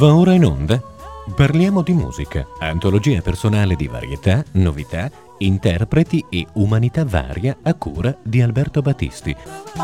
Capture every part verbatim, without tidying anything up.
Va ora in onda? Parliamo di musica, antologia personale di varietà, novità, interpreti e umanità varia a cura di Alberto Battisti.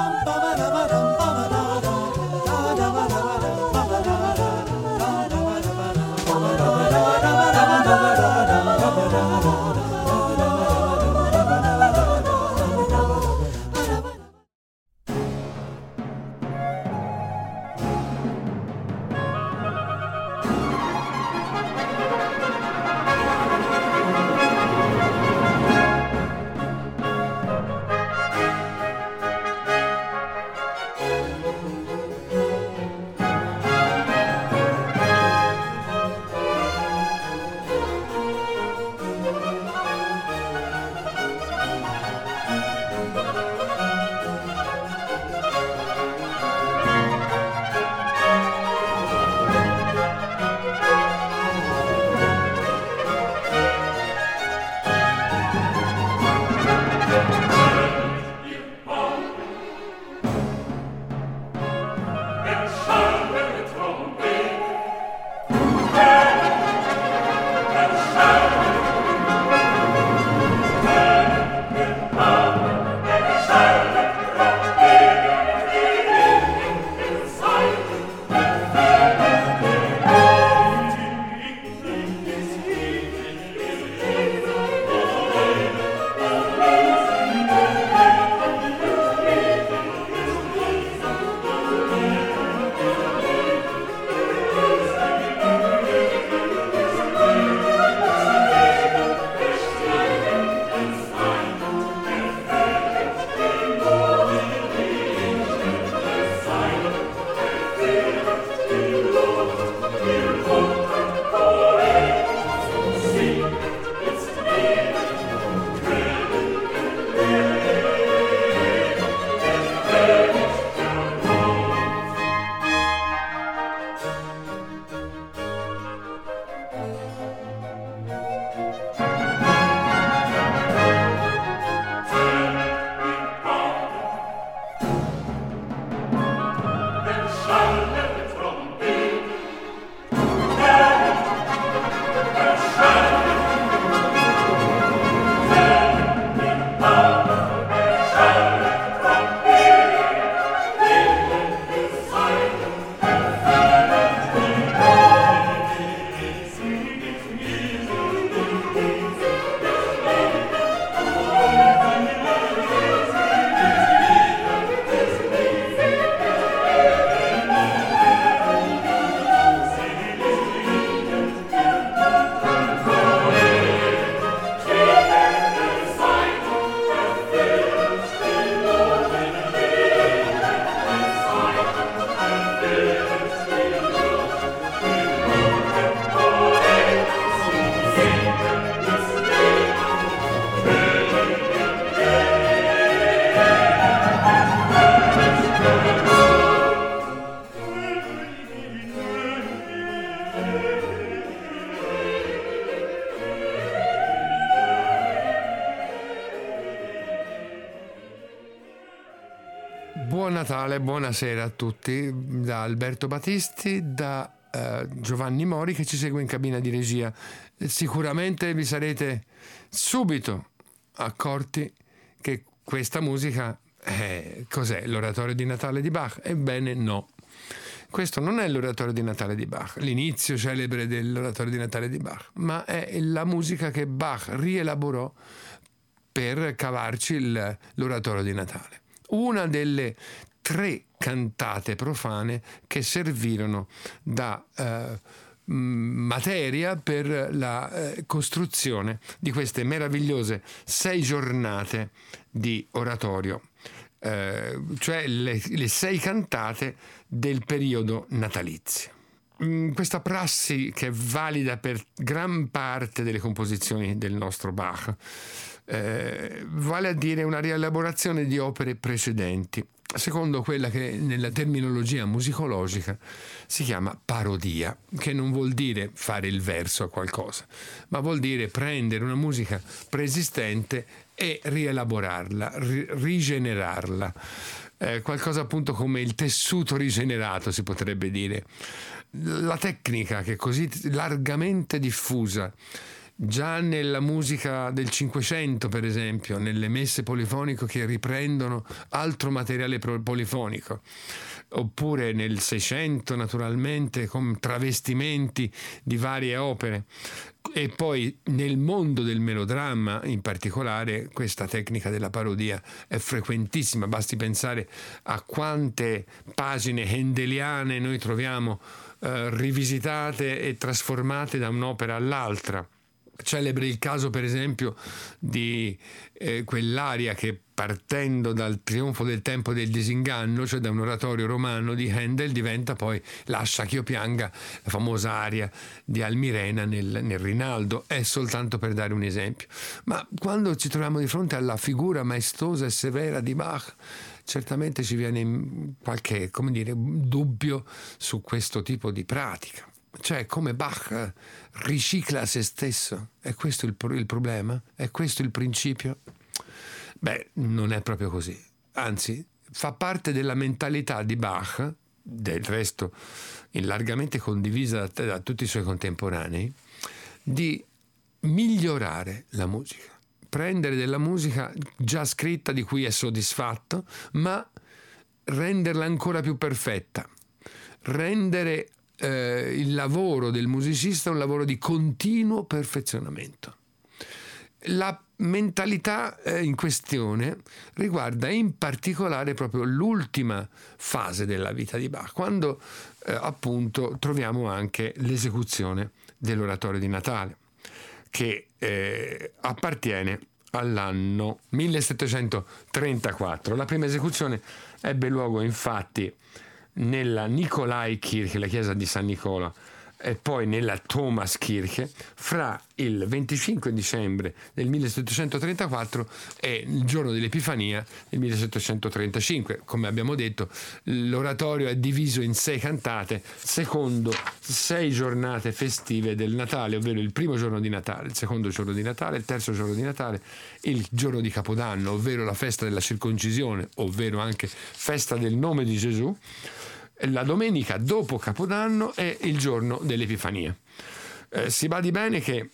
Buon Natale, buonasera a tutti da Alberto Battisti, da uh, Giovanni Mori che ci segue in cabina di regia. Sicuramente vi sarete subito accorti che questa musica è, cos'è? L'oratorio di Natale di Bach? Ebbene no. Questo non è l'oratorio di Natale di Bach, l'inizio celebre dell'oratorio di Natale di Bach, ma è la musica che Bach rielaborò per cavarci il, l'oratorio di Natale. Una delle tre cantate profane che servirono da eh, materia per la eh, costruzione di queste meravigliose sei giornate di oratorio, eh, cioè le, le sei cantate del periodo natalizio. Questa prassi, che è valida per gran parte delle composizioni del nostro Bach, eh, vale a dire una rielaborazione di opere precedenti, secondo quella che nella terminologia musicologica si chiama parodia, che non vuol dire fare il verso a qualcosa, ma vuol dire prendere una musica preesistente e rielaborarla, ri- rigenerarla. eh, qualcosa appunto come il tessuto rigenerato, si potrebbe dire. La tecnica che è così largamente diffusa già nella musica del Cinquecento, per esempio, nelle messe polifoniche che riprendono altro materiale polifonico, oppure nel Seicento naturalmente con travestimenti di varie opere, e poi nel mondo del melodramma in particolare questa tecnica della parodia è frequentissima. Basti pensare a quante pagine handeliane noi troviamo eh, rivisitate e trasformate da un'opera all'altra. Celebre il caso per esempio di eh, quell'aria che, partendo dal trionfo del tempo del disinganno, cioè da un oratorio romano di Handel, diventa poi Lascia ch'io pianga, la famosa aria di Almirena nel, nel Rinaldo. È soltanto per dare un esempio. Ma quando ci troviamo di fronte alla figura maestosa e severa di Bach, certamente ci viene qualche, come dire, dubbio su questo tipo di pratica. Cioè, come Bach ricicla se stesso? È questo il, il problema? È questo il principio? Beh, non è proprio così. Anzi, fa parte della mentalità di Bach, del resto largamente condivisa da, da tutti i suoi contemporanei, di migliorare la musica. Prendere della musica già scritta di cui è soddisfatto, ma renderla ancora più perfetta. Rendere Eh, il lavoro del musicista è un lavoro di continuo perfezionamento. La mentalità eh, in questione riguarda in particolare proprio l'ultima fase della vita di Bach, quando eh, appunto troviamo anche l'esecuzione dell'oratorio di Natale, che eh, appartiene all'anno millesettecentotrentaquattro. La prima esecuzione ebbe luogo infatti nella Nikolaikirche, la chiesa di San Nicola, e poi nella Thomaskirche fra il venticinque dicembre del millesettecentotrentaquattro e il giorno dell'Epifania del millesettecentotrentacinque. Come abbiamo detto, l'oratorio è diviso in sei cantate secondo sei giornate festive del Natale, ovvero il primo giorno di Natale, il secondo giorno di Natale, il terzo giorno di Natale, il giorno di Capodanno, ovvero la festa della circoncisione, ovvero anche festa del nome di Gesù, la domenica dopo Capodanno e il giorno dell'Epifania. Eh, si badi bene che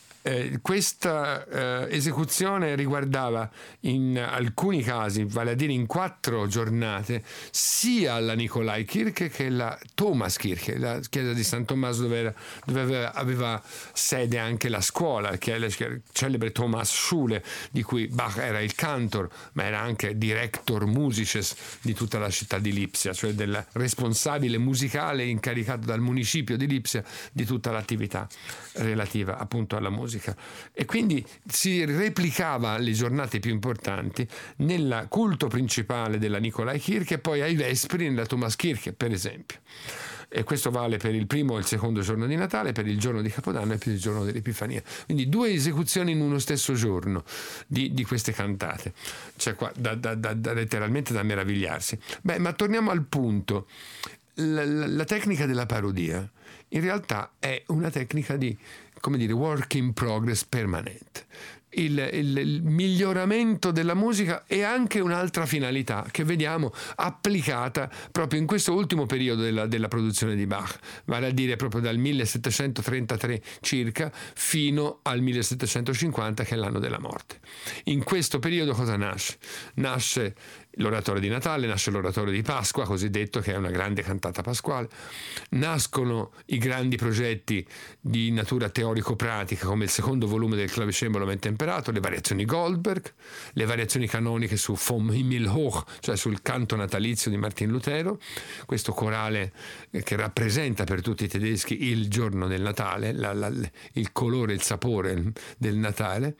eh, questa eh, esecuzione riguardava in alcuni casi, vale a dire in quattro giornate, sia la Nikolaikirche che la Thomaskirche, la chiesa di San Tommaso, dove, era, dove aveva, aveva sede anche la scuola, che è la celebre Thomas Schule, di cui Bach era il cantor, ma era anche director musices di tutta la città di Lipsia, cioè del responsabile musicale incaricato dal municipio di Lipsia di tutta l'attività relativa appunto alla musica. E quindi si replicava le giornate più importanti nel culto principale della Nikolaikirche e poi ai Vespri nella Thomaskirche, per esempio. E questo vale per il primo e il secondo giorno di Natale, per il giorno di Capodanno e per il giorno dell'Epifania. Quindi due esecuzioni in uno stesso giorno di, di queste cantate. Cioè qua, da, da, da, da, letteralmente da meravigliarsi. Beh, ma torniamo al punto. La, la, la tecnica della parodia in realtà è una tecnica di, come dire, work in progress permanente. Il, il, il miglioramento della musica è anche un'altra finalità che vediamo applicata proprio in questo ultimo periodo della, della produzione di Bach, vale a dire proprio dal millesettecentotrentatré circa fino al millesettecentocinquanta, che è l'anno della morte. In questo periodo cosa nasce? Nasce l'oratorio di Natale, nasce l'oratorio di Pasqua, cosiddetto, che è una grande cantata pasquale, nascono i grandi progetti di natura teorico-pratica come il secondo volume del clavicembalo ben temperato, le variazioni Goldberg, le variazioni canoniche su Vom Himmel hoch, cioè sul canto natalizio di Martin Lutero, questo corale che rappresenta per tutti i tedeschi il giorno del Natale, la, la, il colore, il sapore del Natale.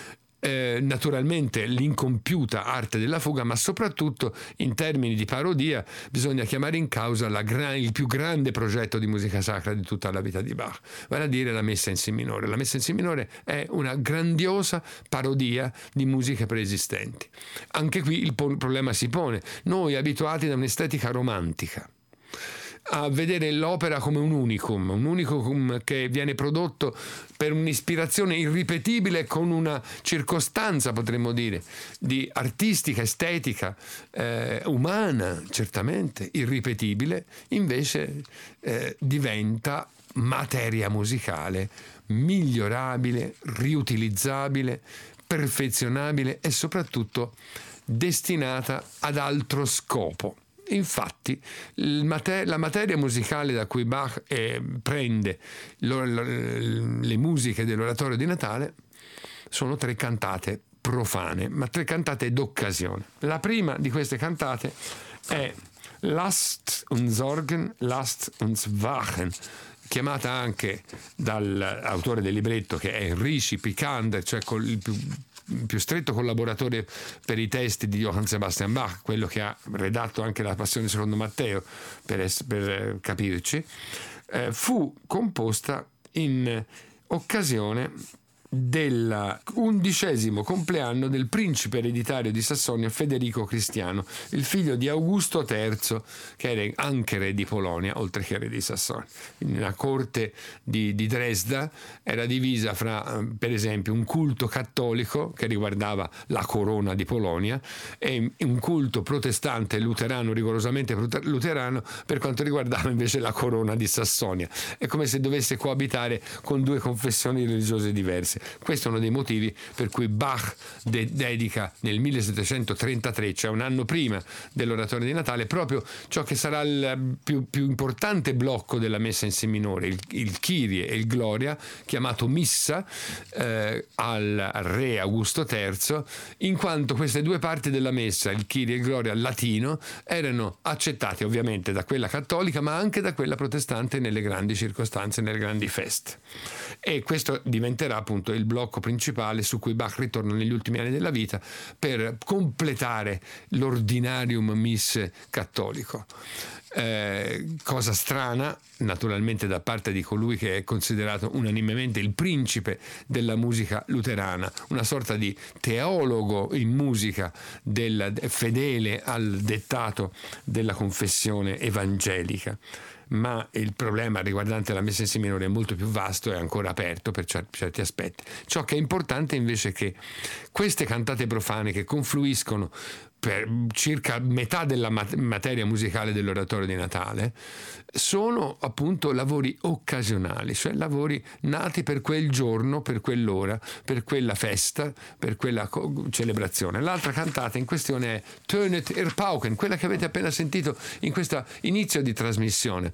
Eh, naturalmente l'incompiuta arte della fuga, ma soprattutto in termini di parodia bisogna chiamare in causa la gra- il più grande progetto di musica sacra di tutta la vita di Bach, vale a dire la messa in si minore. La messa in si minore è una grandiosa parodia di musiche preesistenti. Anche qui il po- problema si pone: noi abituati da un'estetica romantica a vedere l'opera come un unicum, un unicum che viene prodotto per un'ispirazione irripetibile, con una circostanza, potremmo dire, di artistica, estetica, eh, umana, certamente irripetibile, invece eh, diventa materia musicale migliorabile, riutilizzabile, perfezionabile e soprattutto destinata ad altro scopo. Infatti la materia musicale da cui Bach eh, prende lo, lo, le musiche dell'oratorio di Natale sono tre cantate profane, ma tre cantate d'occasione. La prima di queste cantate è Last und Sorgen, Last und Wachen, chiamata anche dall'autore del libretto, che è Rishi Picander, cioè il più, più stretto collaboratore per i testi di Johann Sebastian Bach, quello che ha redatto anche la Passione secondo Matteo, per, es- per capirci, eh, fu composta in occasione dell'undicesimo compleanno del principe ereditario di Sassonia Federico Cristiano, il figlio di Augusto terzo, che era anche re di Polonia oltre che re di Sassonia. Quindi la corte di, di Dresda era divisa fra, per esempio, un culto cattolico che riguardava la corona di Polonia e un culto protestante luterano, rigorosamente luterano, per quanto riguardava invece la corona di Sassonia. È come se dovesse coabitare con due confessioni religiose diverse. Questo è uno dei motivi per cui Bach de- dedica nel millesettecentotrentatré, cioè un anno prima dell'oratorio di Natale, proprio ciò che sarà il più, più importante blocco della messa in si minore, il, il Kyrie e il Gloria, chiamato Missa eh, al re Augusto terzo, in quanto queste due parti della messa, il Kyrie e il Gloria latino, erano accettate ovviamente da quella cattolica ma anche da quella protestante nelle grandi circostanze, nelle grandi feste. E questo diventerà appunto il blocco principale su cui Bach ritorna negli ultimi anni della vita per completare l'ordinarium misse cattolico. Eh, cosa strana, naturalmente, da parte di colui che è considerato unanimemente il principe della musica luterana, una sorta di teologo in musica del, fedele al dettato della confessione evangelica. Ma il problema riguardante la messa in si minore è molto più vasto e ancora aperto per certi aspetti. Ciò che è importante invece è che queste cantate profane, che confluiscono per circa metà della materia musicale dell'oratorio di Natale, sono appunto lavori occasionali, cioè lavori nati per quel giorno, per quell'ora, per quella festa, per quella celebrazione. L'altra cantata in questione è Tönet er Pauken, quella che avete appena sentito in questo inizio di trasmissione.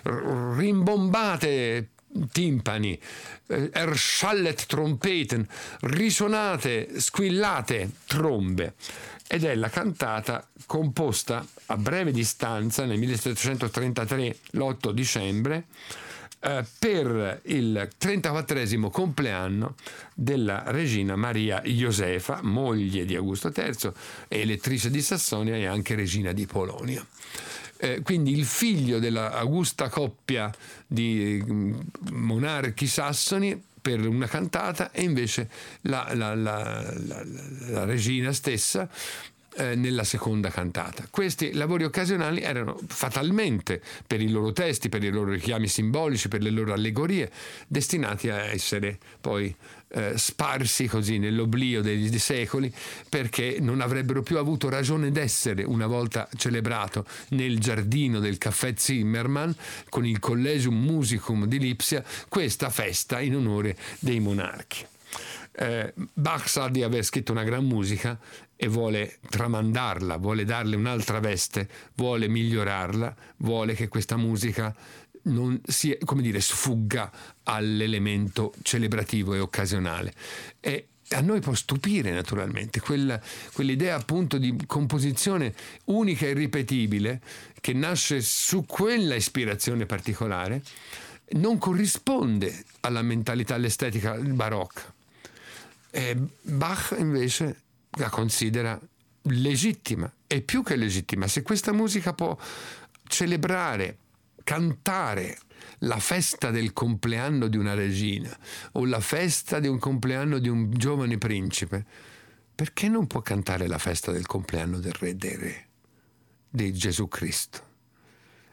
Rimbombate timpani, erschallet trompeten, risonate, squillate trombe. Ed è la cantata composta a breve distanza nel millesettecentotrentatré, l'otto dicembre, eh, per il trentaquattresimo compleanno della regina Maria Josefa, moglie di Augusto terzo, elettrice di Sassonia e anche regina di Polonia. Eh, quindi il figlio della augusta coppia di monarchi sassoni per una cantata, e invece la, la, la, la, la regina stessa eh, nella seconda cantata. Questi lavori occasionali erano fatalmente, per i loro testi, per i loro richiami simbolici, per le loro allegorie, destinati a essere poi eh, sparsi così nell'oblio dei, dei secoli, perché non avrebbero più avuto ragione d'essere una volta celebrato nel giardino del caffè Zimmermann con il Collegium Musicum di Lipsia questa festa in onore dei monarchi. Eh, Bach sa di aver scritto una gran musica e vuole tramandarla, vuole darle un'altra veste, vuole migliorarla, vuole che questa musica non si, come dire, sfugga all'elemento celebrativo e occasionale. E a noi può stupire naturalmente quella, quell'idea appunto di composizione unica e irripetibile che nasce su quella ispirazione particolare, non corrisponde alla mentalità, all'estetica barocca. E Bach invece la considera legittima, e più che legittima. Se questa musica può celebrare, cantare la festa del compleanno di una regina o la festa di un compleanno di un giovane principe, perché non può cantare la festa del compleanno del re dei re, di Gesù Cristo?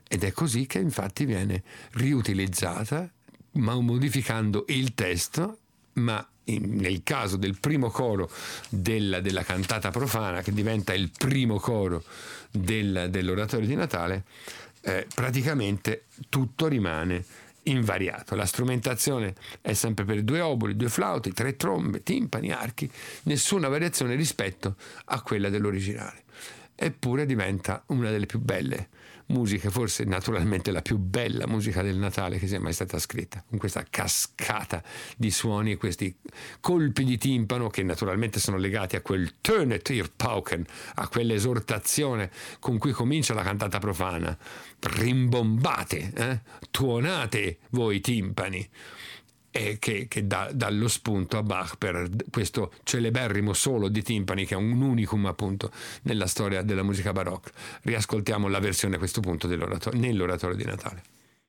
ed è così che infatti viene riutilizzata, ma modificando il testo, ma in, nel caso del primo coro della, della cantata profana, che diventa il primo coro del, dell'oratorio di Natale, eh, praticamente tutto rimane invariato. La strumentazione è sempre per due oboli, due flauti, tre trombe, timpani, archi, nessuna variazione rispetto a quella dell'originale. Eppure diventa una delle più belle musiche, forse naturalmente la più bella musica del Natale che sia mai stata scritta, con questa cascata di suoni e questi colpi di timpano che naturalmente sono legati a quel Tönet ihr Pauken, a quell'esortazione con cui comincia la cantata profana. Rimbombate, eh? tuonate voi timpani, e che, che dà, dà lo spunto a Bach per questo celeberrimo solo di timpani che è un unicum appunto nella storia della musica barocca. Riascoltiamo la versione a questo punto dell'oratorio, nell'oratorio di Natale.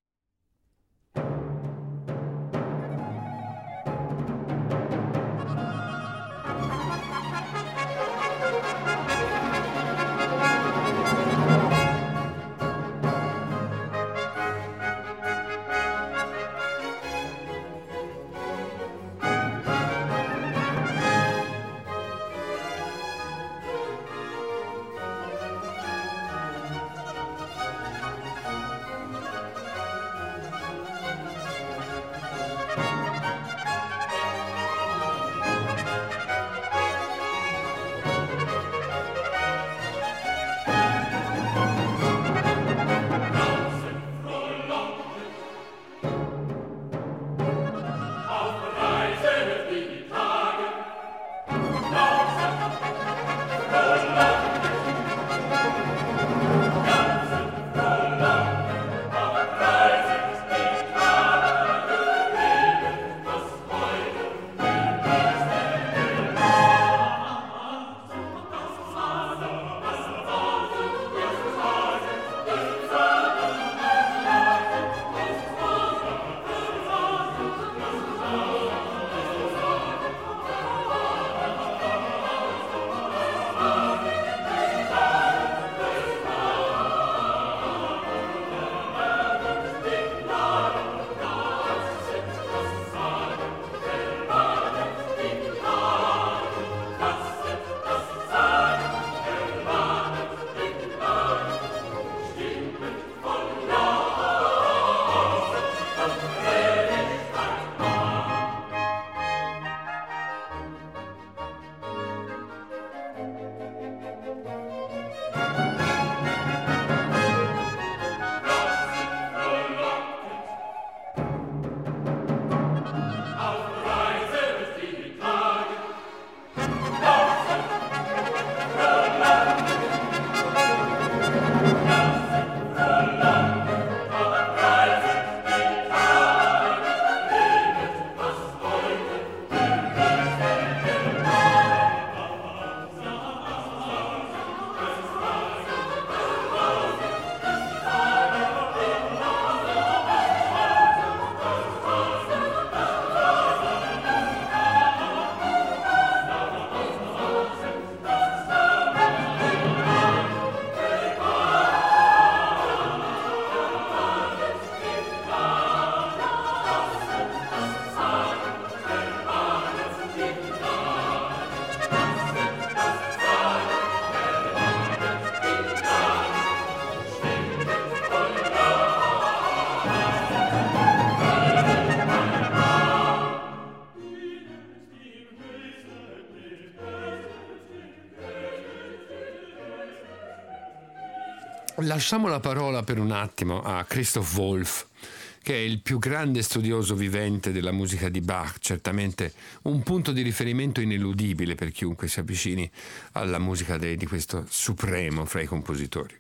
Lasciamo la parola per un attimo a Christoph Wolff, che è il più grande studioso vivente della musica di Bach, certamente un punto di riferimento ineludibile per chiunque si avvicini alla musica de, di questo supremo fra i compositori.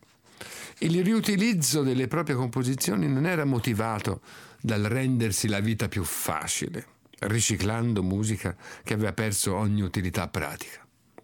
Il riutilizzo delle proprie composizioni non era motivato dal rendersi la vita più facile, riciclando musica che aveva perso ogni utilità pratica,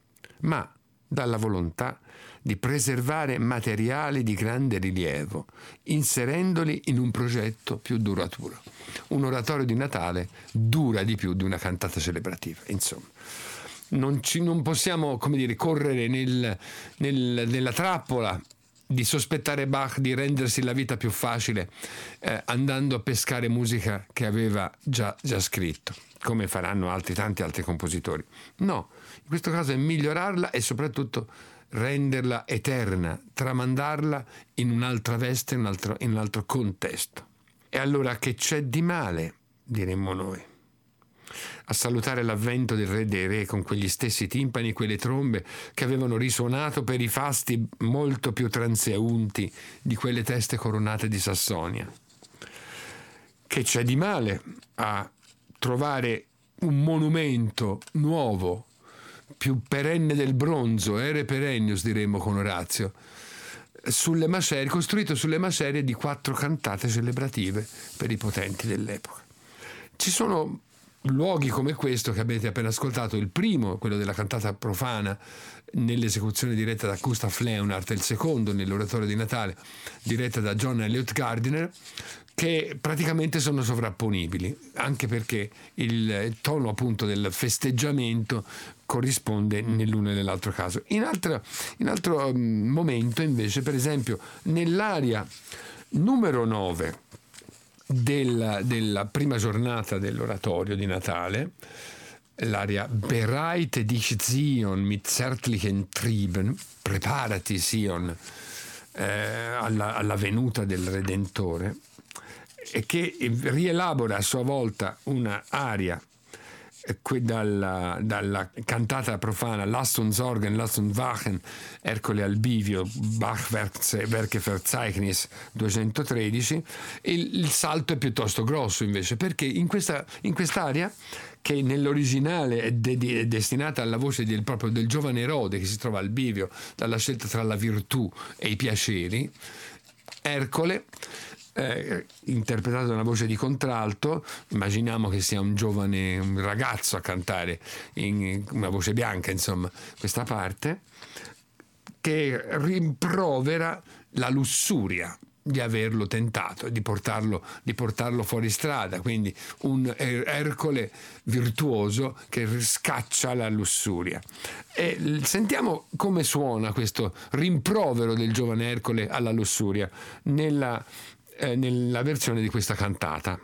ma dalla volontà di preservare materiali di grande rilievo, inserendoli in un progetto più duraturo. Un oratorio di Natale dura di più di una cantata celebrativa, insomma. Non, ci, non possiamo, come dire, correre nel, nel, nella trappola di sospettare Bach di rendersi la vita più facile eh, andando a pescare musica che aveva già, già scritto, come faranno altri tanti altri compositori. No, in questo caso è migliorarla e soprattutto renderla eterna, tramandarla in un'altra veste, in un altro, in un altro contesto. E allora che c'è di male, diremmo noi, a salutare l'avvento del Re dei Re con quegli stessi timpani e quelle trombe che avevano risuonato per i fasti molto più transeunti di quelle teste coronate di Sassonia? Che c'è di male a trovare un monumento nuovo, più perenne del bronzo, ere perennius diremmo con Orazio, sulle macerie, costruito sulle macerie di quattro cantate celebrative per i potenti dell'epoca. Ci sono luoghi come questo che avete appena ascoltato, il primo, quello della cantata profana nell'esecuzione diretta da Gustav Leonhardt, e il secondo nell'oratorio di Natale diretta da John Eliot Gardiner, che praticamente sono sovrapponibili, anche perché il tono appunto del festeggiamento corrisponde nell'uno e nell'altro caso. In altro, in altro momento invece, per esempio nell'aria numero nove della, della prima giornata dell'oratorio di Natale, l'aria Bereite dich Zion mit zärtlichen Trieben, preparati Sion eh, alla, alla venuta del Redentore, e che rielabora a sua volta una aria eh, dalla, dalla cantata profana Lasst uns sorgen, lasst uns wachen, Ercole al bivio, Bach Werke Verzeichnis duecentotredici. Il, il salto è piuttosto grosso invece, perché in questa in quest'aria, che nell'originale è, de- è destinata alla voce del, proprio del giovane Erode, che si trova al bivio dalla scelta tra la virtù e i piaceri, Ercole, Eh, interpretato da una voce di contralto, immaginiamo che sia un giovane un ragazzo a cantare in una voce bianca, insomma, questa parte, che rimprovera la lussuria di averlo tentato, di portarlo, di portarlo fuori strada, quindi un Ercole virtuoso che scaccia la lussuria. E sentiamo come suona questo rimprovero del giovane Ercole alla lussuria nella Eh, nella versione di questa cantata.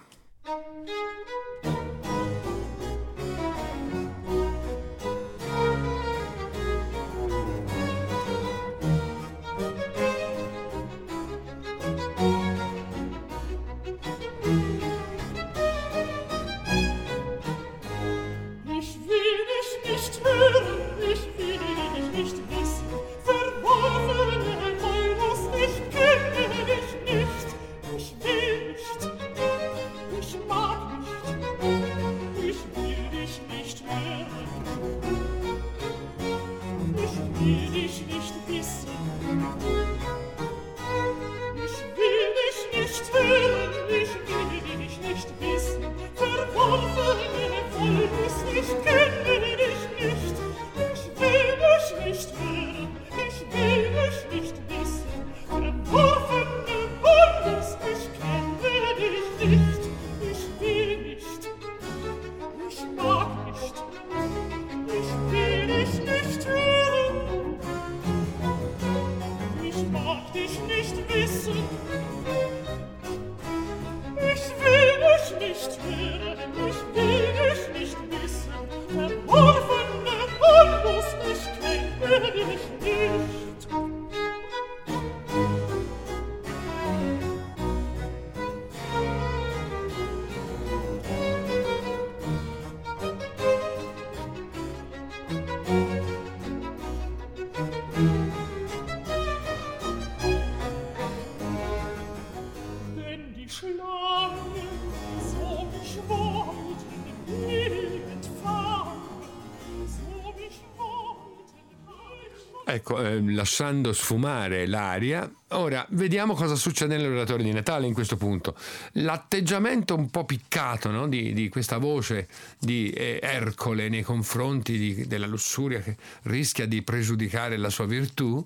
Ecco, eh, lasciando sfumare l'aria, ora vediamo cosa succede nell'oratorio di Natale in questo punto. L'atteggiamento un po' piccato, no? di, di questa voce di eh, Ercole nei confronti di, della lussuria che rischia di pregiudicare la sua virtù,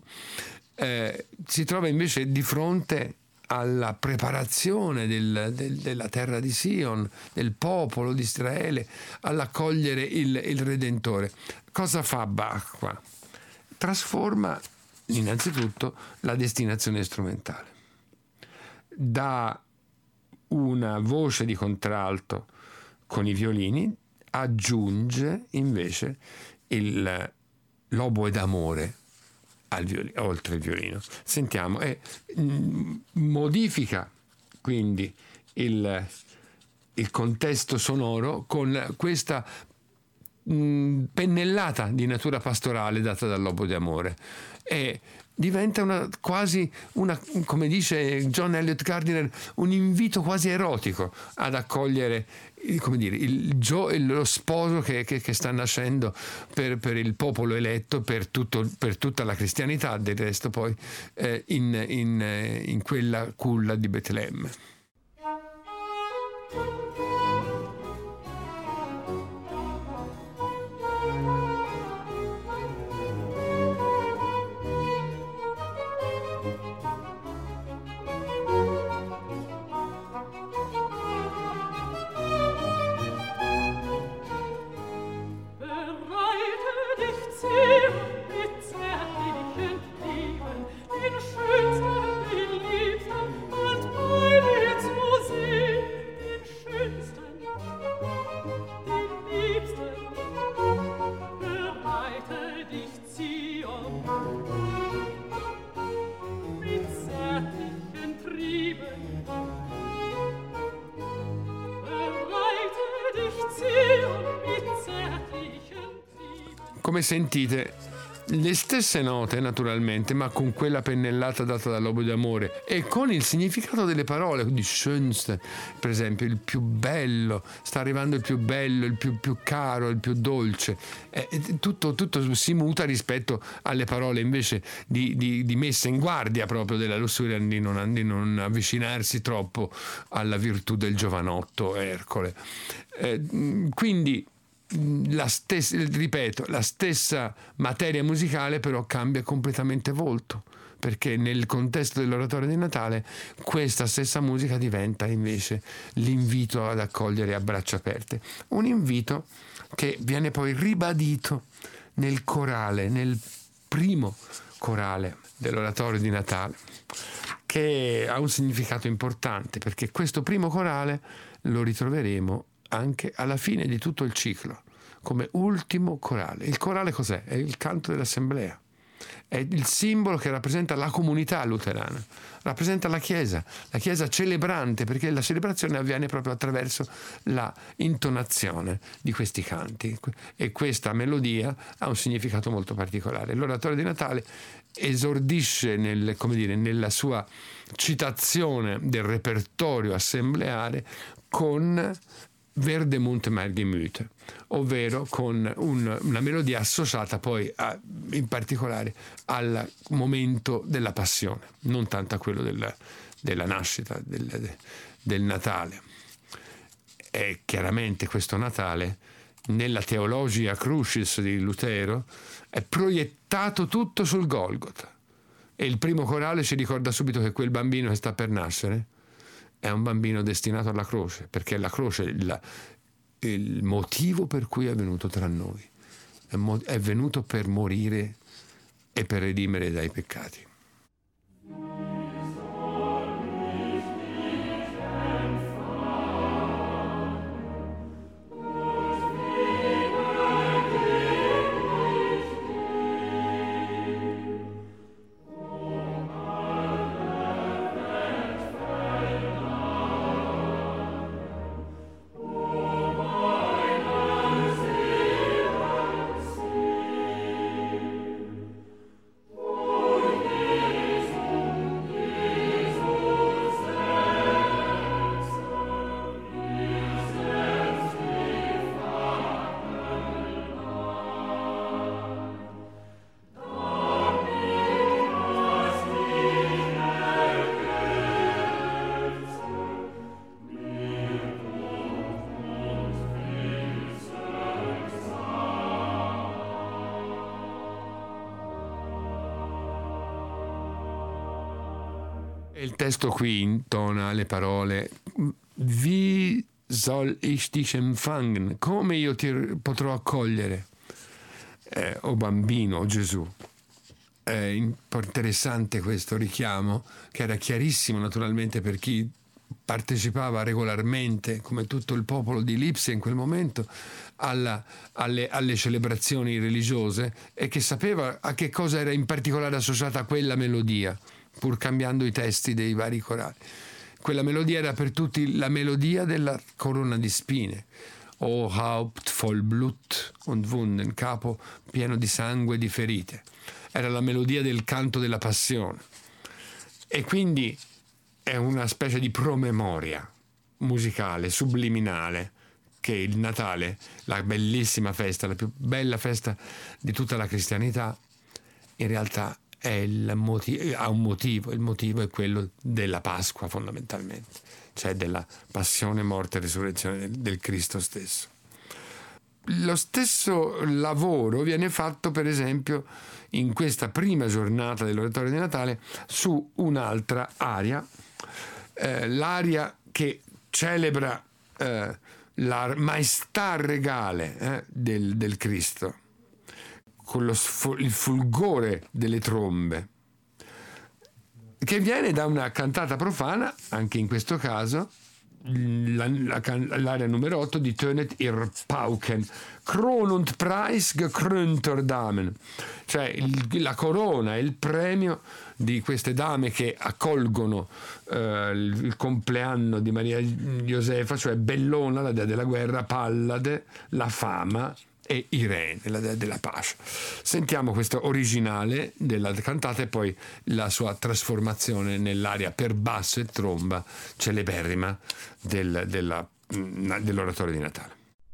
eh, si trova invece di fronte alla preparazione del, del, della terra di Sion, del popolo di Israele, all'accogliere il, il Redentore. Cosa fa Bach qua? Trasforma innanzitutto la destinazione strumentale. Da una voce di contralto con i violini aggiunge invece il l'oboe d'amore al violino, oltre il violino. Sentiamo, e mh, modifica quindi il, il contesto sonoro con questa mh, pennellata di natura pastorale data dall'oboe d'amore, e diventa una, quasi una, come dice John Eliot Gardiner, un invito quasi erotico ad accogliere, come dire, il, lo sposo che, che, che sta nascendo per, per il popolo eletto, per, tutto, per tutta la cristianità, del resto poi eh, in, in, in quella culla di Betlemme. Come sentite, le stesse note naturalmente, ma con quella pennellata data dall'oboe d'amore e con il significato delle parole di schönste, per esempio il più bello, sta arrivando il più bello, il più, più caro, il più dolce, e tutto, tutto si muta rispetto alle parole invece di, di, di messa in guardia proprio della lussuria, di non, di non avvicinarsi troppo alla virtù del giovanotto Ercole. Eh, quindi La stessa, ripeto, la stessa materia musicale però cambia completamente volto, perché nel contesto dell'oratorio di Natale questa stessa musica diventa invece l'invito ad accogliere a braccia aperte, un invito che viene poi ribadito nel corale, nel primo corale dell'oratorio di Natale, che ha un significato importante, perché questo primo corale lo ritroveremo anche alla fine di tutto il ciclo, come ultimo corale. Il corale cos'è? È il canto dell'assemblea, è il simbolo che rappresenta la comunità luterana, rappresenta la Chiesa, la Chiesa celebrante, perché la celebrazione avviene proprio attraverso la intonazione di questi canti, e questa melodia ha un significato molto particolare. L'oratorio di Natale esordisce nel, come dire, nella sua citazione del repertorio assembleare con Wer Mund mein Gemüt, ovvero con un, una melodia associata poi a, in particolare al momento della passione, non tanto a quello della, della nascita, del, del Natale. E chiaramente questo Natale, nella Theologia Crucis di Lutero, è proiettato tutto sul Golgota, e il primo corale ci ricorda subito che quel bambino che sta per nascere è un bambino destinato alla croce, perché la croce è il, il motivo per cui è venuto tra noi, è, mo- è venuto per morire e per redimere dai peccati. Il testo qui intona le parole Wie soll ich dich empfangen? Come io ti potrò accogliere, eh, o bambino, o Gesù? è interessante questo richiamo, che era chiarissimo naturalmente per chi partecipava regolarmente, come tutto il popolo di Lipsia in quel momento, alla, alle, alle celebrazioni religiose, e che sapeva a che cosa era in particolare associata quella melodia, pur cambiando i testi dei vari corali. Quella melodia era per tutti la melodia della corona di spine. O Haupt voll Blut und Wunden, capo pieno di sangue e di ferite. Era la melodia del canto della passione. E quindi è una specie di promemoria musicale, subliminale, che il Natale, la bellissima festa, la più bella festa di tutta la cristianità, in realtà è il motivo, ha un motivo. Il motivo è quello della Pasqua, fondamentalmente, cioè della passione, morte e risurrezione del, del Cristo stesso. Lo stesso lavoro viene fatto, per esempio, in questa prima giornata dell'oratorio di Natale su un'altra aria, eh, l'aria che celebra eh, la maestà regale eh, del, del Cristo, con lo, il fulgore delle trombe, che viene da una cantata profana, anche in questo caso, la, la, l'area numero otto di Tönet ihr Pauken, Kron und Preis gekrönter Damen, cioè il, la corona e il premio di queste dame che accolgono eh, il, il compleanno di Maria Josefa, cioè Bellona, la dea della guerra, Pallade, la fama, e Irene, la dea della pace. Sentiamo questo originale della cantata e poi la sua trasformazione nell'aria per basso e tromba celeberrima del, della, dell'oratorio di Natale.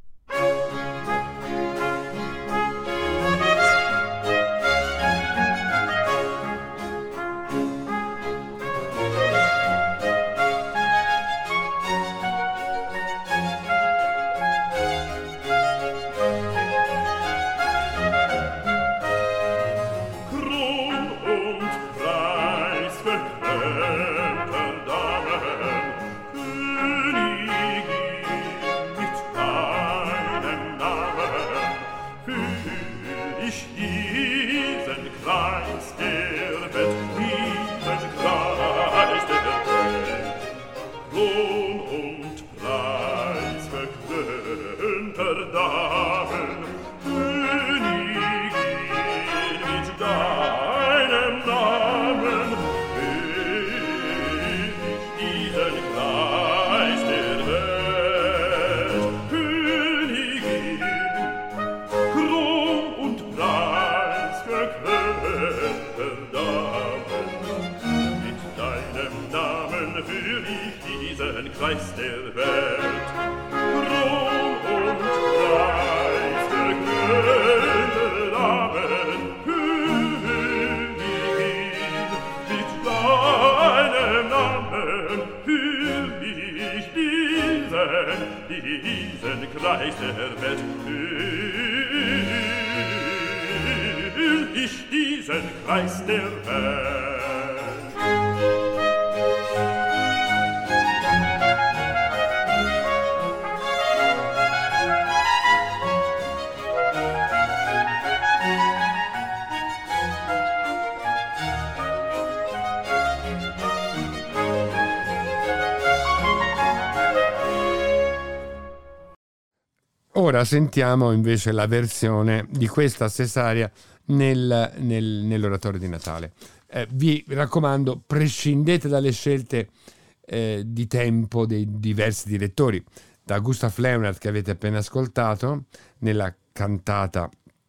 Ora sentiamo invece la versione di questa stessa aria nel, nel, nell'oratorio di Natale. Eh, vi raccomando, prescindete dalle scelte eh, di tempo dei diversi direttori. Da Gustav Leonhardt, che avete appena ascoltato, nella cantata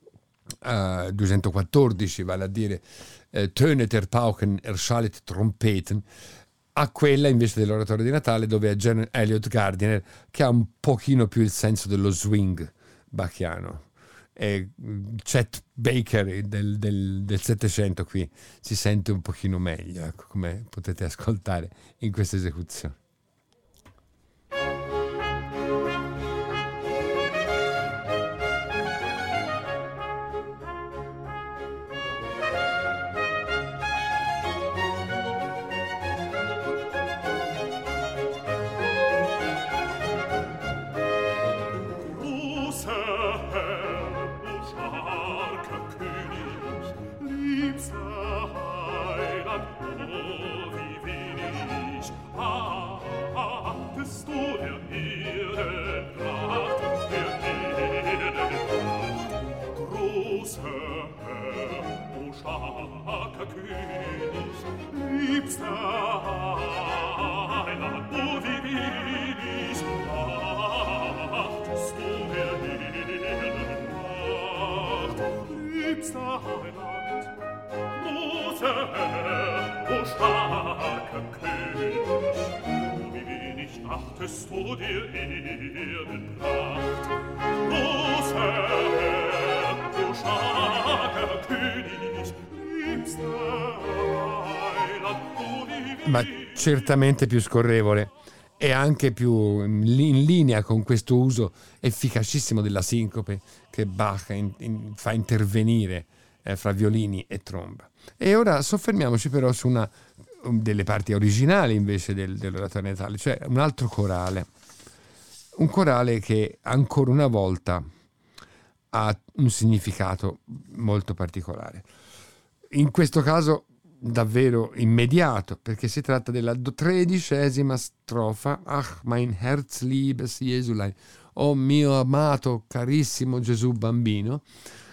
eh, duecentoquattordici, vale a dire eh, Tönet der Pauken erschallet Trompeten, a quella invece dell'oratorio di Natale, dove è John Elliott Gardiner, che ha un pochino più il senso dello swing bachiano. E Chet Baker del, del, del Settecento qui si sente un pochino meglio, ecco, come potete ascoltare in questa esecuzione. Herr, o starker König, liebster Achtest du dir Erdenpracht, großer Herr, du starker König, liebster Heiland, du wie Ma certamente più scorrevole e anche più in linea con questo uso efficacissimo della sincope che Bach in, in, fa intervenire eh, fra violini e tromba. E ora soffermiamoci però su una delle parti originali invece del, dell'oratorio Natale, cioè un altro corale, un corale che ancora una volta ha un significato molto particolare. In questo caso davvero immediato, perché si tratta della tredicesima strofa, Ach, mein Herzliebes Jesulein, oh mio amato, carissimo Gesù bambino,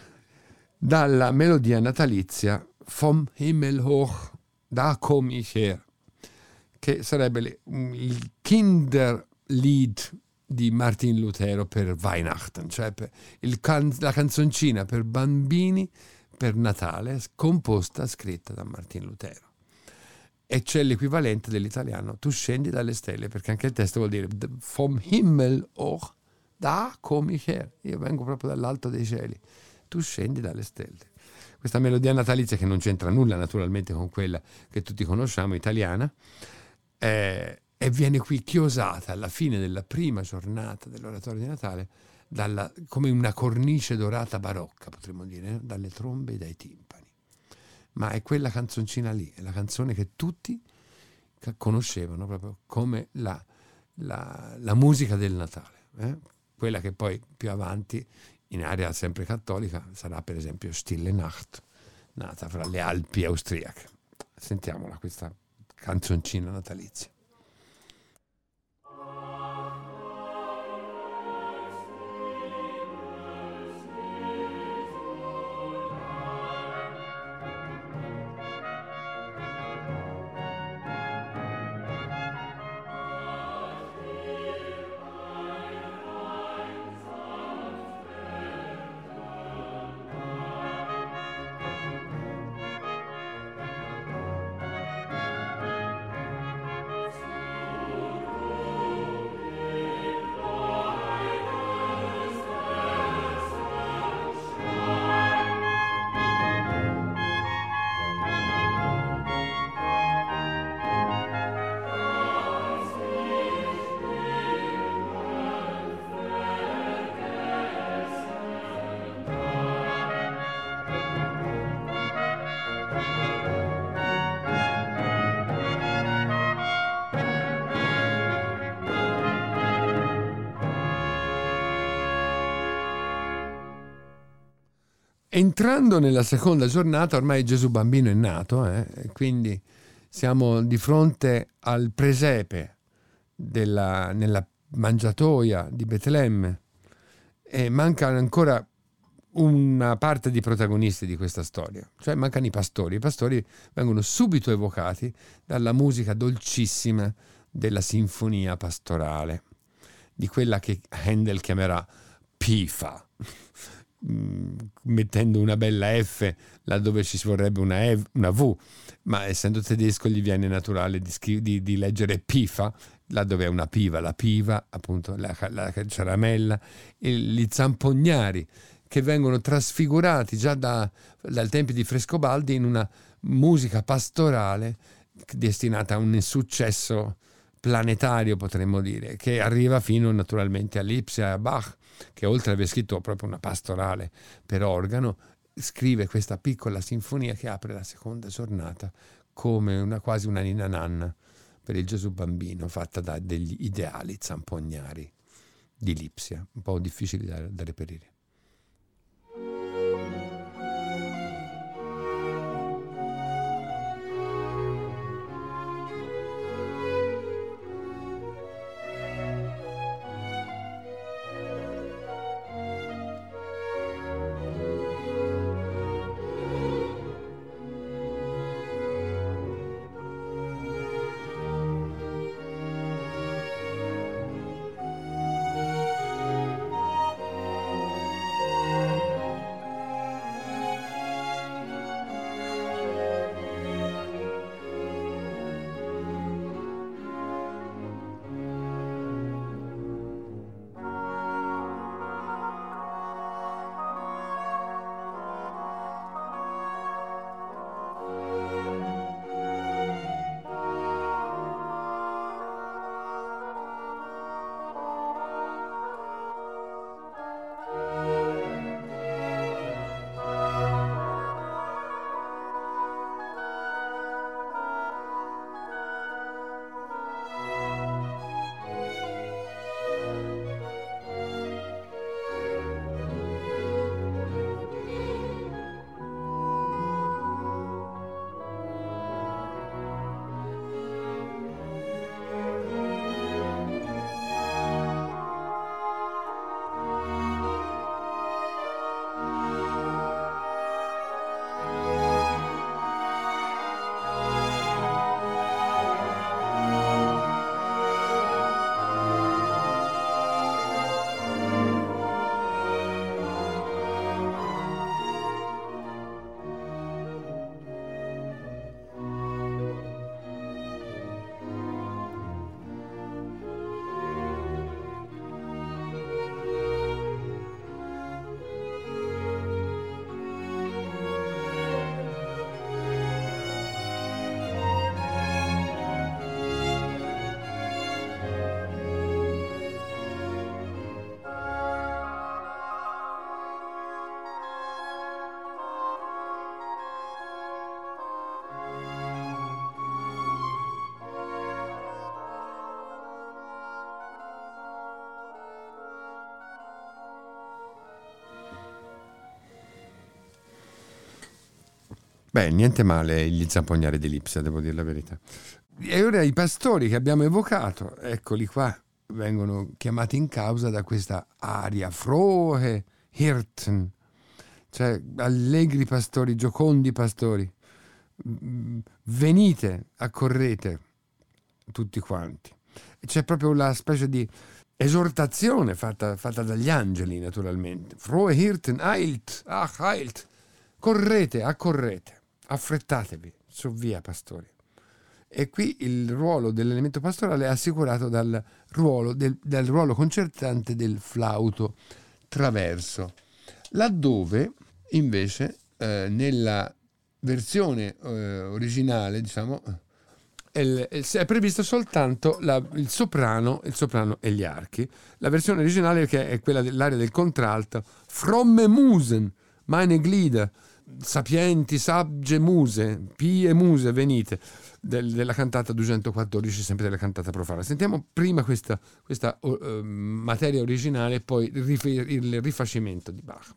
dalla melodia natalizia Vom Himmel hoch, da komm ich her, che sarebbe il Kinderlied di Martin Lutero per Weihnachten, cioè per il can- la canzoncina per bambini per Natale, composta, scritta da Martin Lutero. E c'è l'equivalente dell'italiano, tu scendi dalle stelle, perché anche il testo vuol dire Vom Himmel hoch, da komm ich her, io vengo proprio dall'alto dei cieli, tu scendi dalle stelle. Questa melodia natalizia, che non c'entra nulla naturalmente con quella che tutti conosciamo, italiana, eh, e viene qui chiosata alla fine della prima giornata dell'oratorio di Natale dalla, come una cornice dorata barocca, potremmo dire, eh? dalle trombe e dai timpani. Ma è quella canzoncina lì, è la canzone che tutti conoscevano proprio come la, la, la musica del Natale, eh? Quella che poi più avanti in area sempre cattolica sarà per esempio Stille Nacht, nata fra le Alpi austriache. Sentiamola questa canzoncina natalizia. Entrando nella seconda giornata, ormai Gesù bambino è nato, eh, e quindi siamo di fronte al presepe della, nella mangiatoia di Betlemme e manca ancora una parte di protagonisti di questa storia, cioè mancano i pastori. I pastori vengono subito evocati dalla musica dolcissima della sinfonia pastorale, di quella che Handel chiamerà Pifa, mettendo una bella F laddove ci vorrebbe una, e, una V, ma essendo tedesco gli viene naturale di, scri- di, di leggere Pifa laddove è una piva, la piva appunto, la, la caramella, e gli zampognari che vengono trasfigurati già da, dal tempo di Frescobaldi in una musica pastorale destinata a un successo planetario, potremmo dire, che arriva fino naturalmente a Lipsia e a Bach, che oltre ad aver scritto proprio una pastorale per organo, scrive questa piccola sinfonia che apre la seconda giornata come una, quasi una ninna nanna per il Gesù bambino, fatta da degli ideali zampognari di Lipsia, un po' difficili da, da reperire. Beh, niente male gli zampognari di Lipsia, devo dire la verità. E ora i pastori che abbiamo evocato, eccoli qua, vengono chiamati in causa da questa aria, frohe Hirten, cioè allegri pastori, giocondi pastori. Venite, accorrete, tutti quanti. C'è proprio la specie di esortazione fatta, fatta dagli angeli, naturalmente. Frohe Hirten, eilt, ach, eilt. Correte, accorrete, affrettatevi, su via, pastori. E qui il ruolo dell'elemento pastorale è assicurato dal ruolo, del, dal ruolo concertante del flauto traverso, laddove invece eh, nella versione eh, originale, diciamo, è, è previsto soltanto la, il soprano, il soprano e gli archi. La versione originale, che è quella dell'aria del contralto, Fromme Musen, meine Glieder, sapienti, sagge muse, pie muse, venite, del, della cantata duecentoquattordici, sempre della cantata profana. Sentiamo prima questa, questa uh, materia originale e poi il, rif- il rifacimento di Bach.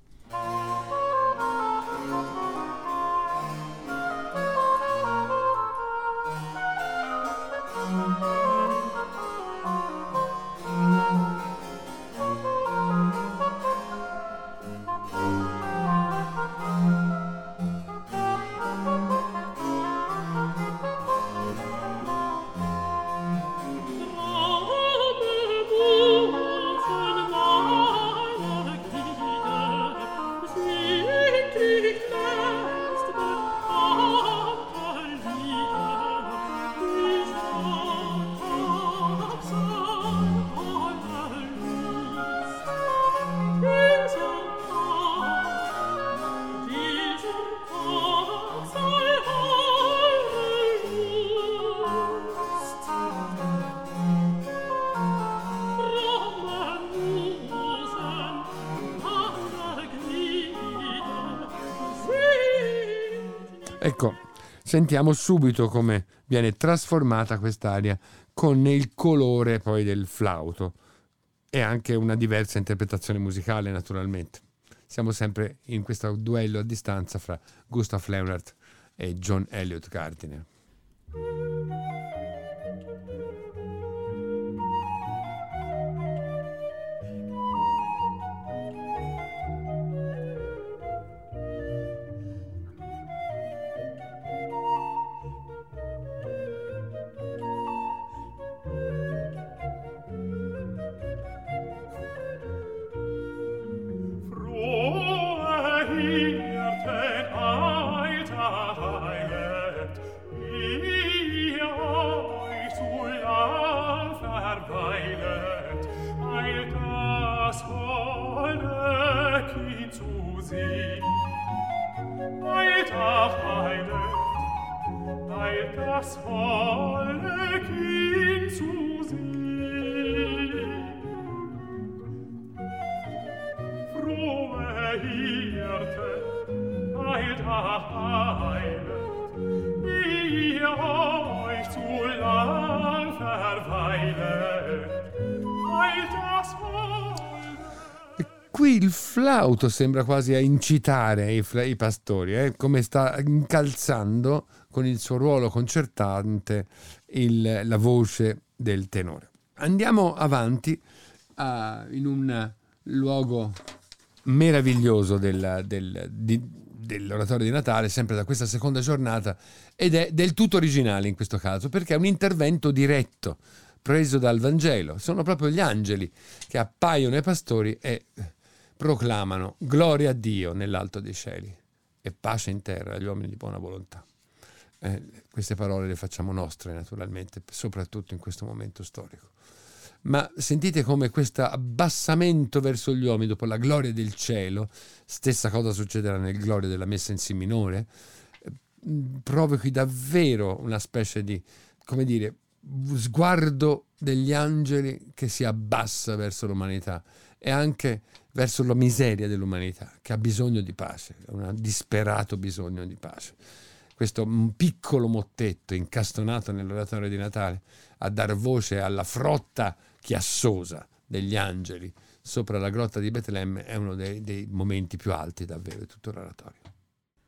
Ecco, sentiamo subito come viene trasformata quest'aria con il colore poi del flauto e anche una diversa interpretazione musicale, naturalmente. Siamo sempre in questo duello a distanza fra Gustav Leonhardt e John Eliot Gardiner. Qui il flauto sembra quasi a incitare i, i pastori, eh? Come sta incalzando con il suo ruolo concertante il, la voce del tenore. Andiamo avanti a, in un luogo meraviglioso del, del, di, dell'oratorio di Natale, sempre da questa seconda giornata, ed è del tutto originale in questo caso, perché è un intervento diretto, preso dal Vangelo. Sono proprio gli angeli che appaiono ai pastori e proclamano gloria a Dio nell'alto dei cieli e pace in terra agli uomini di buona volontà. Eh, queste parole le facciamo nostre, naturalmente, soprattutto in questo momento storico. Ma sentite come questo abbassamento verso gli uomini dopo la gloria del cielo, stessa cosa succederà nel gloria della messa in si minore, provochi davvero una specie di, come dire, sguardo degli angeli che si abbassa verso l'umanità e anche verso la miseria dell'umanità, che ha bisogno di pace, un disperato bisogno di pace. Questo un piccolo mottetto incastonato nell'oratorio di Natale a dar voce alla frotta chiassosa degli angeli sopra la grotta di Betlemme è uno dei, dei momenti più alti davvero di tutto l'oratorio.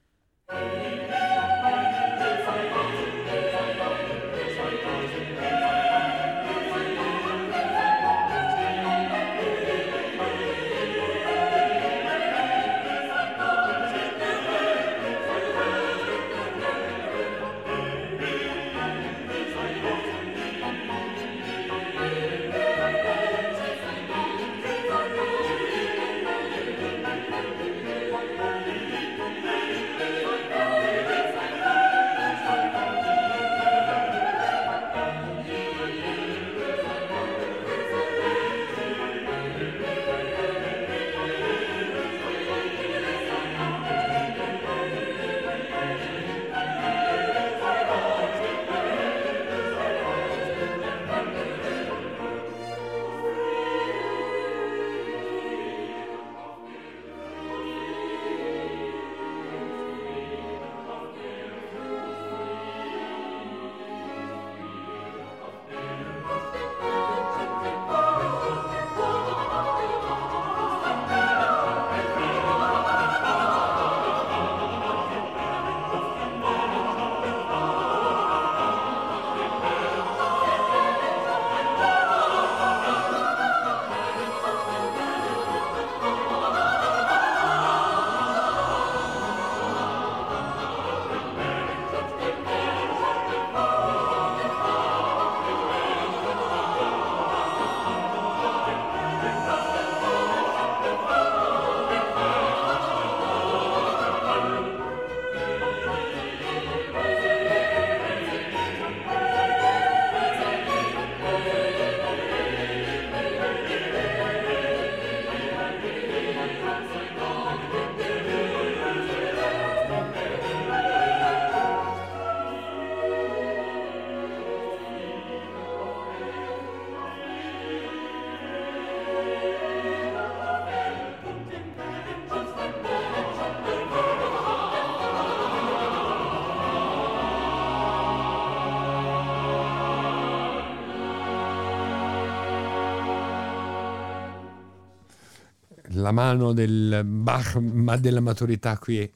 La mano del Bach, ma della maturità qui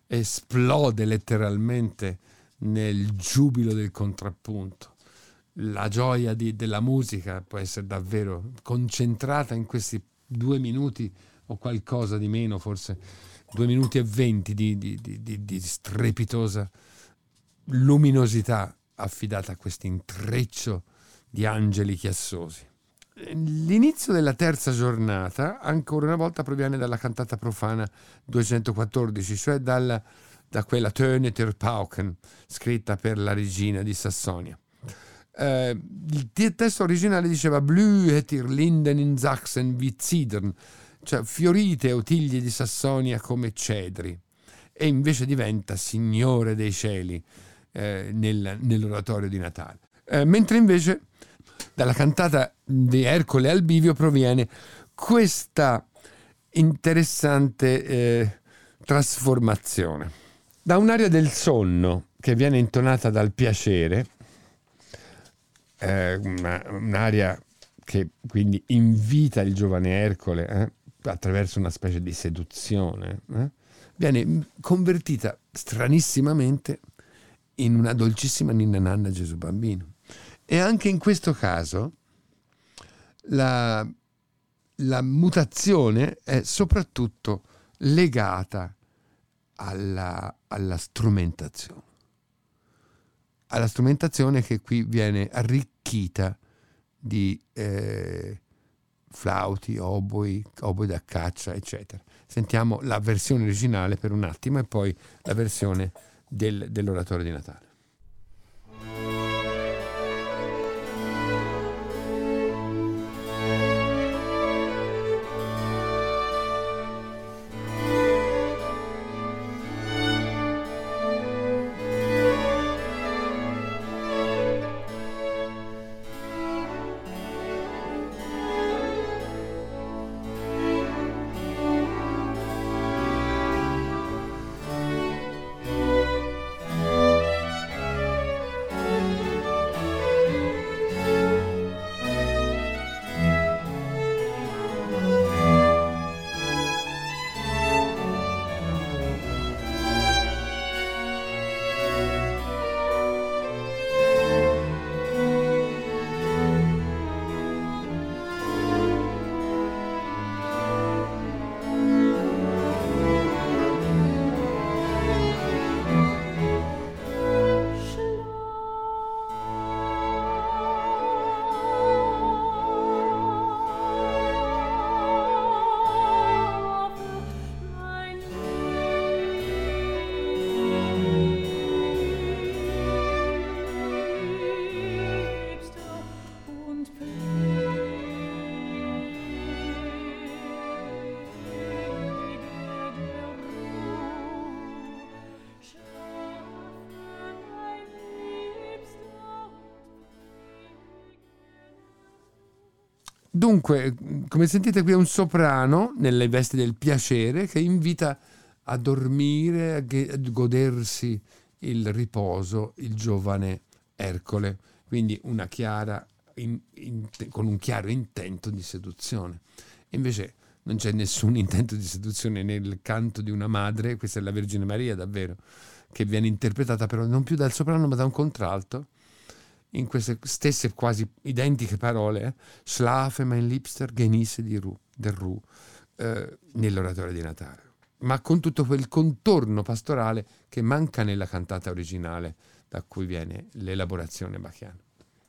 esplode letteralmente nel giubilo del contrappunto. La gioia di, della musica può essere davvero concentrata in questi due minuti o qualcosa di meno, forse due minuti e venti di, di, di, di, di strepitosa luminosità affidata a questo intreccio di angeli chiassosi. L'inizio della terza giornata ancora una volta proviene dalla cantata profana duecentoquattordici, cioè dalla, da quella Töne der Pauken scritta per la regina di Sassonia. Eh, il testo originale diceva Blühet ihr Linden in Sachsen wie Zidern, cioè fiorite o tigli di Sassonia come cedri, e invece diventa Signore dei cieli eh, nel, nell'oratorio di Natale. Eh, mentre invece dalla cantata di Ercole al Bivio proviene questa interessante eh, trasformazione. Da un'aria del sonno che viene intonata dal piacere, eh, una, un'aria che quindi invita il giovane Ercole eh, attraverso una specie di seduzione, eh, viene convertita stranissimamente in una dolcissima ninna nanna Gesù bambino. E anche in questo caso la, la mutazione è soprattutto legata alla, alla strumentazione. Alla strumentazione che qui viene arricchita di eh, flauti, oboi, oboi da caccia, eccetera. Sentiamo la versione originale per un attimo e poi la versione del, dell'oratorio di Natale. Dunque, come sentite qui è un soprano nelle vesti del piacere che invita a dormire, a godersi il riposo, il giovane Ercole, quindi una chiara, in, in, con un chiaro intento di seduzione. Invece non c'è nessun intento di seduzione nel canto di una madre, questa è la Vergine Maria davvero, che viene interpretata però non più dal soprano ma da un contralto, in queste stesse quasi identiche parole, eh? Schlafe mein Liebster, genieße die Ruhe, der Ruhe, eh, nell'oratorio di Natale, ma con tutto quel contorno pastorale che manca nella cantata originale da cui viene l'elaborazione bachiana.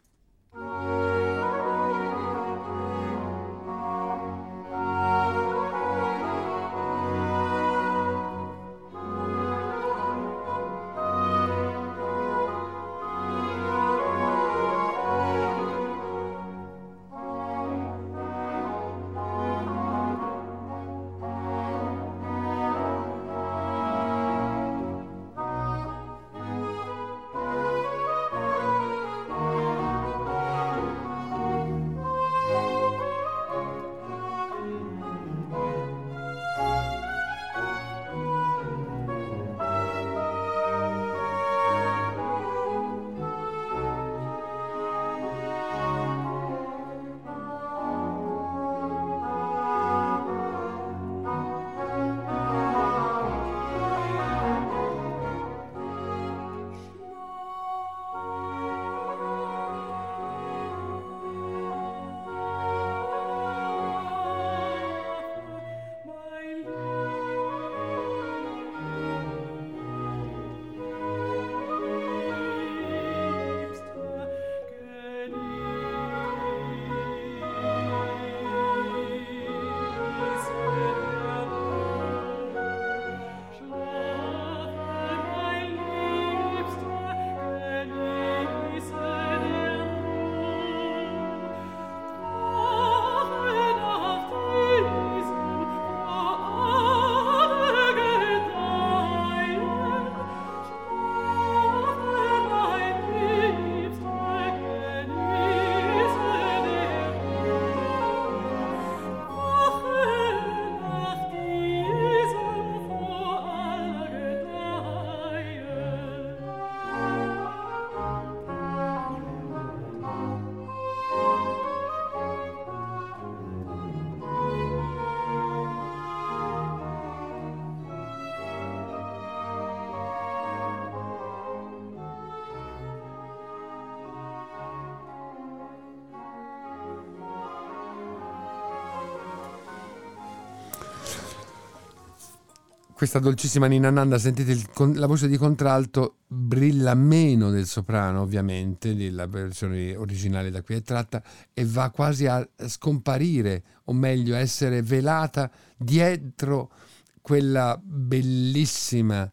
Questa dolcissima Ninna Nanna, sentite il, con, la voce di contralto brilla meno del soprano, ovviamente, della versione originale da cui è tratta, e va quasi a scomparire, o meglio a essere velata dietro quella bellissima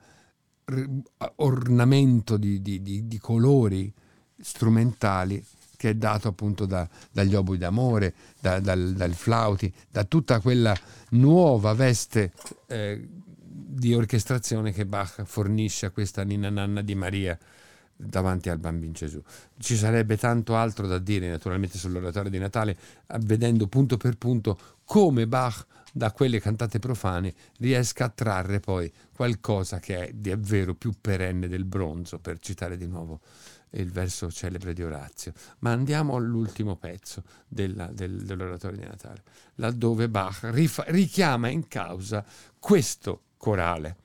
ornamento di, di, di, di colori strumentali che è dato appunto da, dagli oboi d'amore, da, dal, dal flauti, da tutta quella nuova veste eh, di orchestrazione che Bach fornisce a questa Ninna Nanna di Maria davanti al Bambin Gesù. Ci sarebbe tanto altro da dire naturalmente sull'oratorio di Natale, vedendo punto per punto come Bach da quelle cantate profane riesca a trarre poi qualcosa che è davvero più perenne del bronzo, per citare di nuovo il verso celebre di Orazio. Ma andiamo all'ultimo pezzo della, del, dell'oratorio di Natale, laddove Bach rifa, richiama in causa questo corale.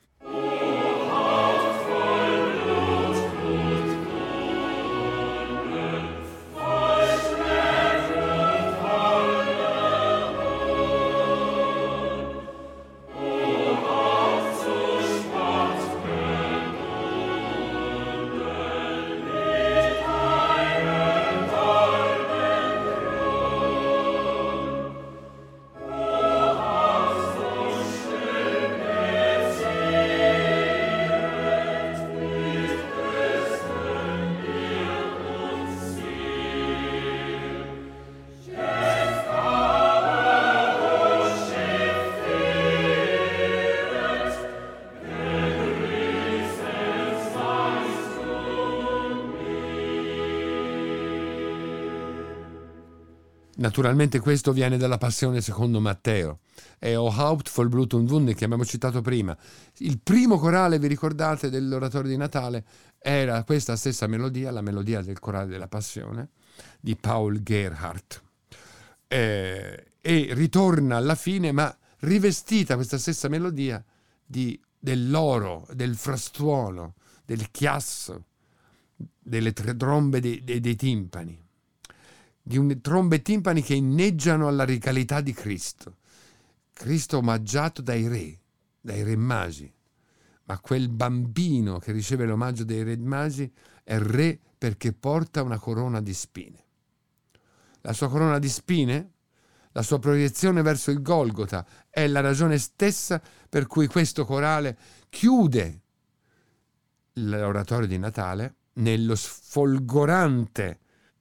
See Naturalmente questo viene dalla Passione secondo Matteo. È O Haupt voll Blut und Wunden, che abbiamo citato prima. Il primo corale, vi ricordate, dell'oratorio di Natale era questa stessa melodia, la melodia del corale della Passione di Paul Gerhardt. Eh, e ritorna alla fine, ma rivestita questa stessa melodia di, dell'oro, del frastuono, del chiasso, delle tre trombe dei, dei, dei timpani, di un, trombe e timpani che inneggiano alla regalità di Cristo. Cristo omaggiato dai re, dai re magi, ma quel bambino che riceve l'omaggio dei re magi è re perché porta una corona di spine. La sua corona di spine, la sua proiezione verso il Golgota, è la ragione stessa per cui questo corale chiude l'oratorio di Natale nello sfolgorante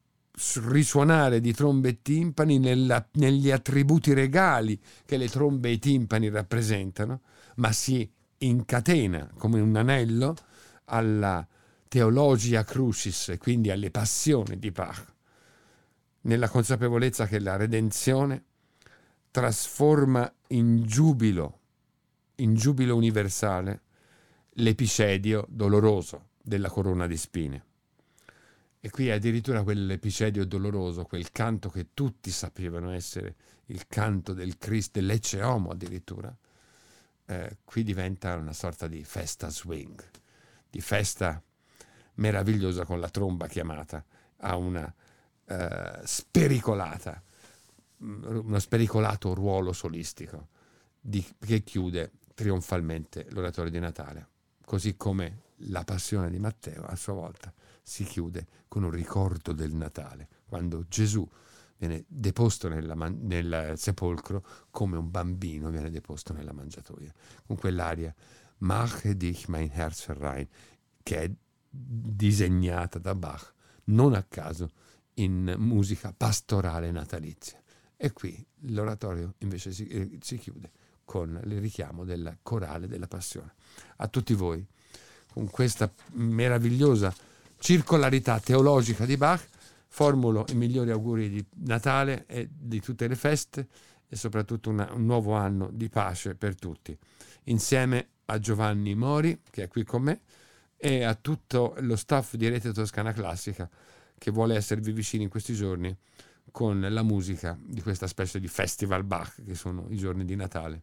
risuonare di trombe e timpani, nella, negli attributi regali che le trombe e i timpani rappresentano, ma si incatena come un anello alla Theologia Crucis e quindi alle passioni di Bach, nella consapevolezza che la redenzione trasforma in giubilo, in giubilo universale, l'epicedio doloroso della corona di spine. E qui addirittura quell'epicedio doloroso, quel canto che tutti sapevano essere il canto del Cristo, dell'Ecce Homo addirittura, eh, qui diventa una sorta di festa swing, di festa meravigliosa con la tromba chiamata a una eh, spericolata, uno spericolato ruolo solistico di, che chiude trionfalmente l'oratorio di Natale, così come la Passione di Matteo a sua volta si chiude con un ricordo del Natale, quando Gesù viene deposto nella man- nel sepolcro come un bambino viene deposto nella mangiatoia, con quell'aria Mache dich mein Herz verein, che è disegnata da Bach, non a caso, in musica pastorale natalizia. E qui l'oratorio invece si, eh, si chiude con il richiamo del corale della Passione. A tutti voi, con questa meravigliosa circolarità teologica di Bach, formulo i migliori auguri di Natale e di tutte le feste e soprattutto una, un nuovo anno di pace per tutti, insieme a Giovanni Mori, che è qui con me, e a tutto lo staff di Rete Toscana Classica, che vuole esservi vicini in questi giorni con la musica di questa specie di festival Bach, che sono i giorni di Natale,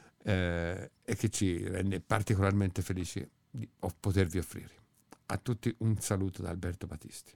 eh, e che ci rende particolarmente felici di potervi offrire. A tutti un saluto da Alberto Battisti.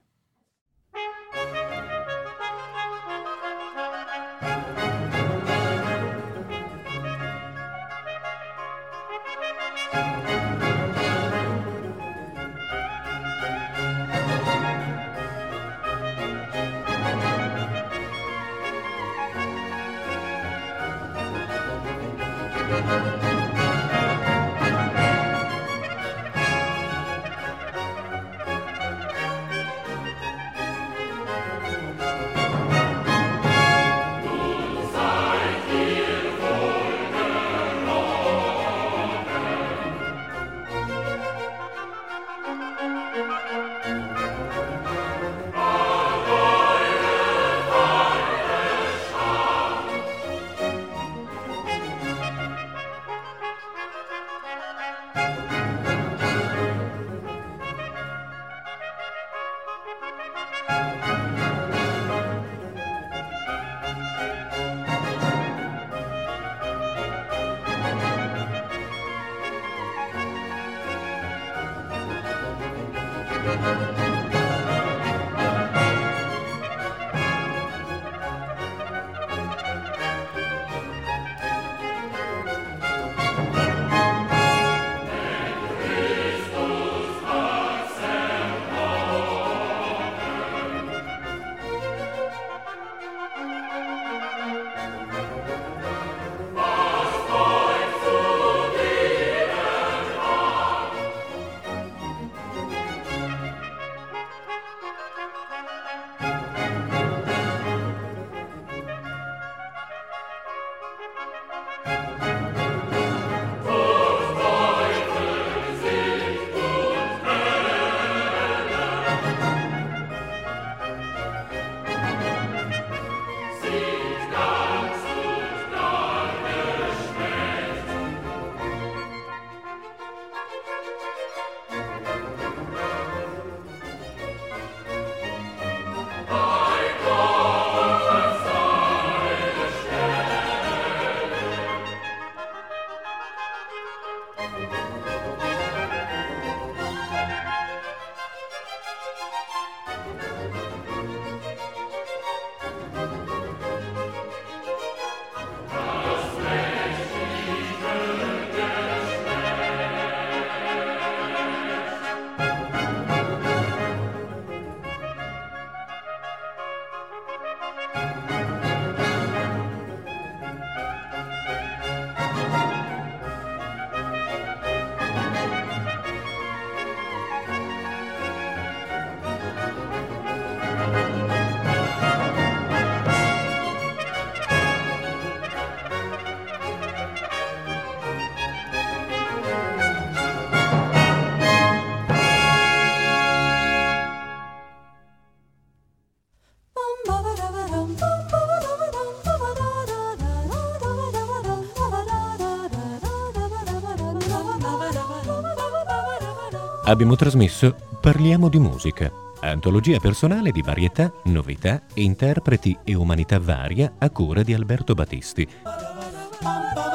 Abbiamo trasmesso Parliamo di musica, antologia personale di varietà, novità, interpreti e umanità varia a cura di Alberto Battisti.